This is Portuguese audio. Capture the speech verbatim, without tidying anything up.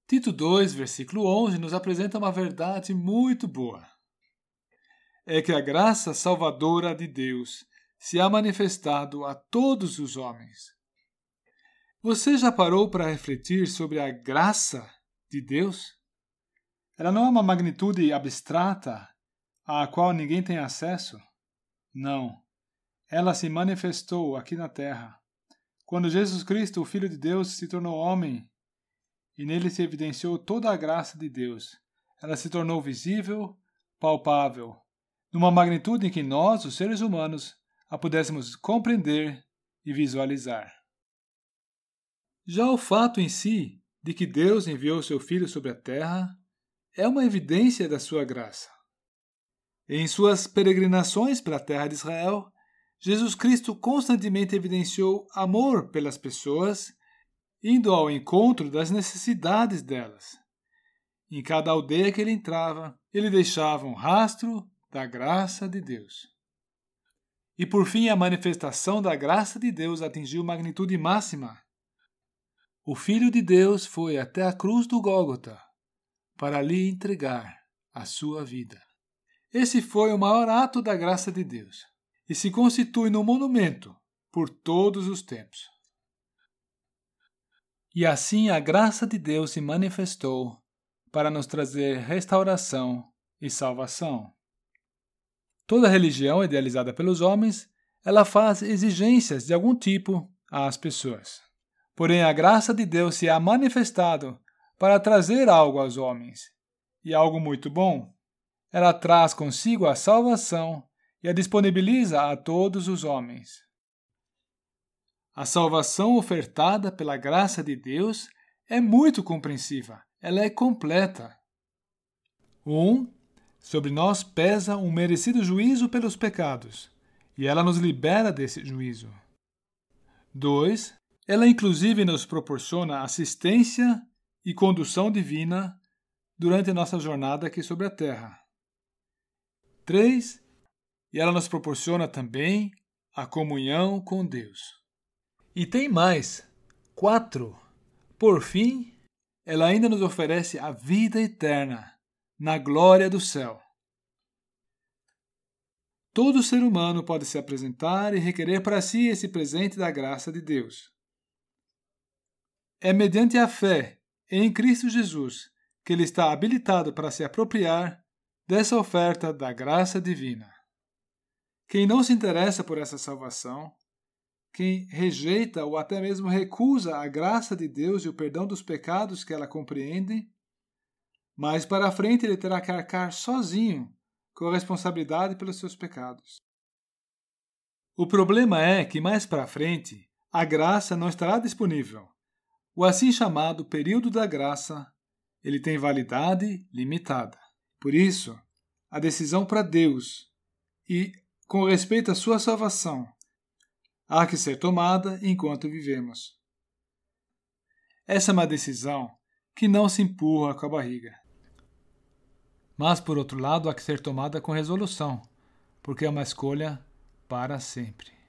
Tito dois, versículo onze, nos apresenta uma verdade muito boa. É que a graça salvadora de Deus se há manifestado a todos os homens. Você já parou para refletir sobre a graça de Deus? Ela não é uma magnitude abstrata à qual ninguém tem acesso? Não. Ela se manifestou aqui na terra, quando Jesus Cristo, o Filho de Deus, se tornou homem e nele se evidenciou toda a graça de Deus. Ela se tornou visível, palpável, numa magnitude em que nós, os seres humanos, a pudéssemos compreender e visualizar. Já o fato em si de que Deus enviou seu Filho sobre a terra é uma evidência da sua graça. Em suas peregrinações pela terra de Israel, Jesus Cristo constantemente evidenciou amor pelas pessoas, indo ao encontro das necessidades delas. Em cada aldeia que ele entrava, ele deixava um rastro da graça de Deus. E por fim, a manifestação da graça de Deus atingiu magnitude máxima. O Filho de Deus foi até a cruz do Gólgota para lhe entregar a sua vida. Esse foi o maior ato da graça de Deus e se constitui no monumento por todos os tempos. E assim a graça de Deus se manifestou para nos trazer restauração e salvação. Toda religião idealizada pelos homens, ela faz exigências de algum tipo às pessoas. Porém, a graça de Deus se há manifestado para trazer algo aos homens, e algo muito bom. Ela traz consigo a salvação e a disponibiliza a todos os homens. A salvação ofertada pela graça de Deus é muito compreensiva, ela é completa. Um, sobre nós pesa um merecido juízo pelos pecados, e ela nos libera desse juízo. Dois, ela inclusive nos proporciona assistência e condução divina durante a nossa jornada aqui sobre a terra. Três, e ela nos proporciona também a comunhão com Deus. E tem mais. Quatro, por fim, ela ainda nos oferece a vida eterna na glória do céu. Todo ser humano pode se apresentar e requerer para si esse presente da graça de Deus. É mediante a fé em Cristo Jesus que ele está habilitado para se apropriar dessa oferta da graça divina. Quem não se interessa por essa salvação, quem rejeita ou até mesmo recusa a graça de Deus e o perdão dos pecados que ela compreende, mais para a frente ele terá que arcar sozinho com a responsabilidade pelos seus pecados. O problema é que mais para frente a graça não estará disponível. O assim chamado período da graça, ele tem validade limitada. Por isso, a decisão para Deus e com respeito à sua salvação há que ser tomada enquanto vivemos. Essa é uma decisão que não se empurra com a barriga. Mas, por outro lado, há que ser tomada com resolução, porque é uma escolha para sempre.